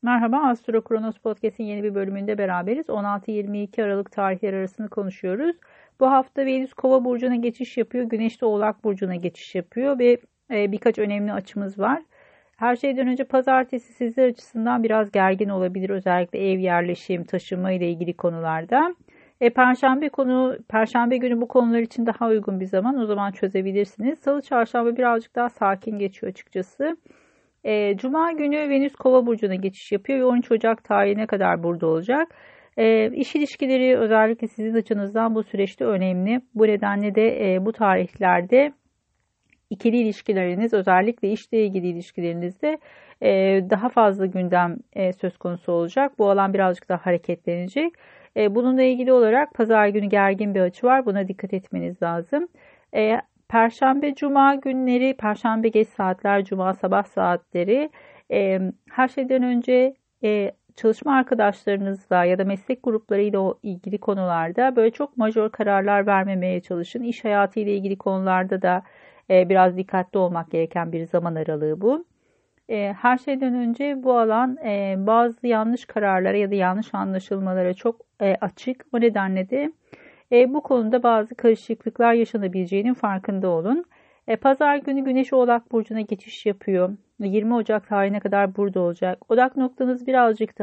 Merhaba, Astro Kronos Podcast'in yeni bir bölümünde beraberiz. 16-22 Aralık tarihleri arasını konuşuyoruz. Bu hafta Venüs Kova burcuna geçiş yapıyor, Güneş de Oğlak burcuna geçiş yapıyor ve birkaç önemli açımız var. Her şeyden önce pazartesi sizler açısından biraz gergin olabilir, özellikle ev yerleşim, taşınma ile ilgili konularda. Perşembe günü bu konular için daha uygun bir zaman, o zaman çözebilirsiniz. Salı, çarşamba birazcık daha sakin geçiyor açıkçası. Cuma günü Venüs Kova burcuna geçiş yapıyor ve 13 Ocak tarihine kadar burada olacak. İş ilişkileri özellikle sizin açınızdan bu süreçte önemli. Bu nedenle de bu tarihlerde ikili ilişkileriniz, özellikle işle ilgili ilişkilerinizde daha fazla gündem söz konusu olacak. Bu alan birazcık daha hareketlenecek. Bununla ilgili olarak pazar günü gergin bir açı var. Buna dikkat etmeniz lazım. Perşembe, cuma günleri, perşembe geç saatler, cuma sabah saatleri, her şeyden önce çalışma arkadaşlarınızla ya da meslek gruplarıyla ilgili konularda böyle çok majör kararlar vermemeye çalışın. İş hayatı ile ilgili konularda da biraz dikkatli olmak gereken bir zaman aralığı bu. Her şeyden önce bu alan bazı yanlış kararlara ya da yanlış anlaşılmalara çok açık. O nedenle de bu konuda bazı karışıklıklar yaşanabileceğinin farkında olun. Pazar günü Güneş Oğlak Burcu'na geçiş yapıyor. 20 Ocak tarihine kadar burada olacak. Odak noktanız birazcık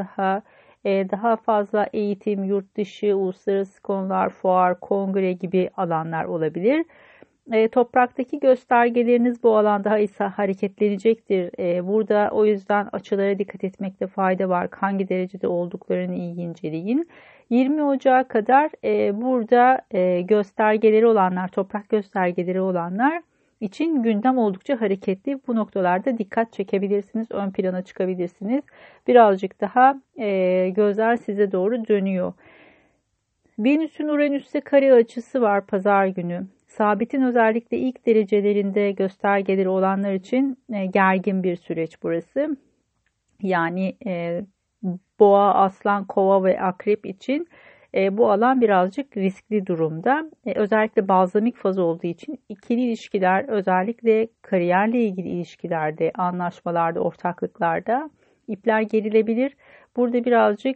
daha fazla eğitim, yurt dışı, uluslararası konular, fuar, kongre gibi alanlar olabilir. Topraktaki göstergeleriniz bu alanda ise hareketlenecektir. Burada o yüzden açılara dikkat etmekte fayda var. Hangi derecede olduklarını iyi inceleyin. 20 Ocağı kadar burada göstergeleri olanlar, toprak göstergeleri olanlar için gündem oldukça hareketli. Bu noktalarda dikkat çekebilirsiniz, ön plana çıkabilirsiniz. Birazcık daha gözler size doğru dönüyor. Venüs'ün Uranüs'te kare açısı var pazar günü. Sabitin özellikle ilk derecelerinde göstergeleri olanlar için gergin bir süreç burası. Yani boğa, aslan, kova ve akrep için bu alan birazcık riskli durumda. Özellikle bazlamik faz olduğu için ikili ilişkiler, özellikle kariyerle ilgili ilişkilerde, anlaşmalarda, ortaklıklarda ipler gerilebilir. Burada birazcık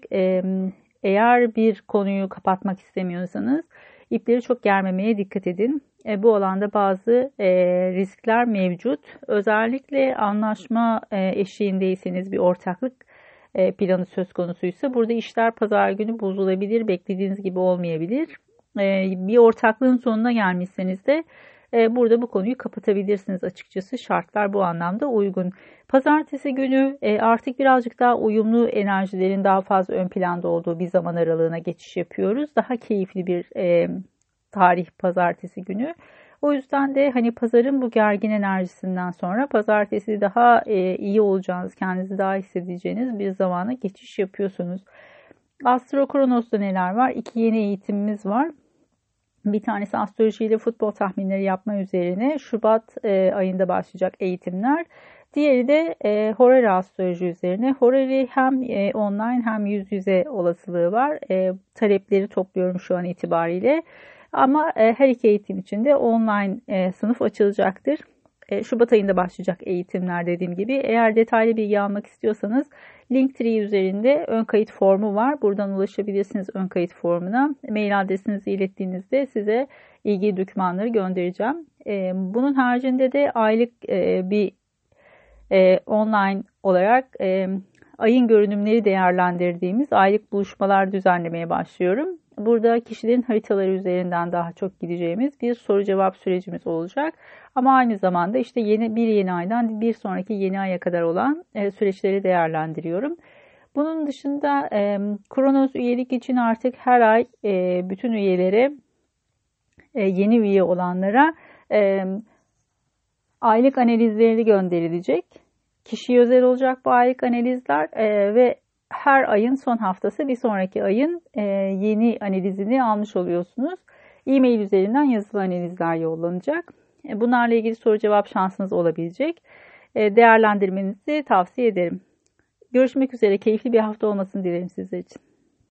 eğer bir konuyu kapatmak istemiyorsanız ipleri çok germemeye dikkat edin. Bu alanda bazı riskler mevcut. Özellikle anlaşma eşiğindeyseniz, bir ortaklık planı söz konusuysa burada işler pazar günü bozulabilir, beklediğiniz gibi olmayabilir. Bir ortaklığın sonuna gelmişseniz de burada bu konuyu kapatabilirsiniz açıkçası. Şartlar bu anlamda uygun. Pazartesi günü artık birazcık daha uyumlu enerjilerin daha fazla ön planda olduğu bir zaman aralığına geçiş yapıyoruz. Daha keyifli bir tarih pazartesi günü. O yüzden de hani pazarın bu gergin enerjisinden sonra pazartesi daha iyi olacağınız, kendinizi daha hissedeceğiniz bir zamana geçiş yapıyorsunuz. Astro Kronos'ta neler var? 2 yeni eğitimimiz var. Bir tanesi astroloji ile futbol tahminleri yapma üzerine Şubat ayında başlayacak eğitimler. Diğeri de Horary astroloji üzerine. Horary hem online hem yüz yüze olasılığı var. Talepleri topluyorum şu an itibariyle. Ama her iki eğitim için de online sınıf açılacaktır. Şubat ayında başlayacak eğitimler dediğim gibi. Eğer detaylı bilgi almak istiyorsanız Linktree üzerinde ön kayıt formu var. Buradan ulaşabilirsiniz ön kayıt formuna. Mail adresinizi ilettiğinizde size ilgili dokümanları göndereceğim. Bunun haricinde de aylık bir online olarak ayın görünümleri değerlendirdiğimiz aylık buluşmalar düzenlemeye başlıyorum. Burada kişilerin haritaları üzerinden daha çok gideceğimiz bir soru cevap sürecimiz olacak. Ama aynı zamanda işte yeni aydan bir sonraki yeni aya kadar olan süreçleri değerlendiriyorum. Bunun dışında Kronos üyelik için artık her ay bütün üyelere, yeni üye olanlara aylık analizleri gönderilecek. Kişiye özel olacak bu aylık analizler ve her ayın son haftası bir sonraki ayın yeni analizini almış oluyorsunuz. E-mail üzerinden yazılı analizler yollanacak. Bunlarla ilgili soru cevap şansınız olabilecek. Değerlendirmenizi tavsiye ederim. Görüşmek üzere. Keyifli bir hafta olmasını dilerim sizler için.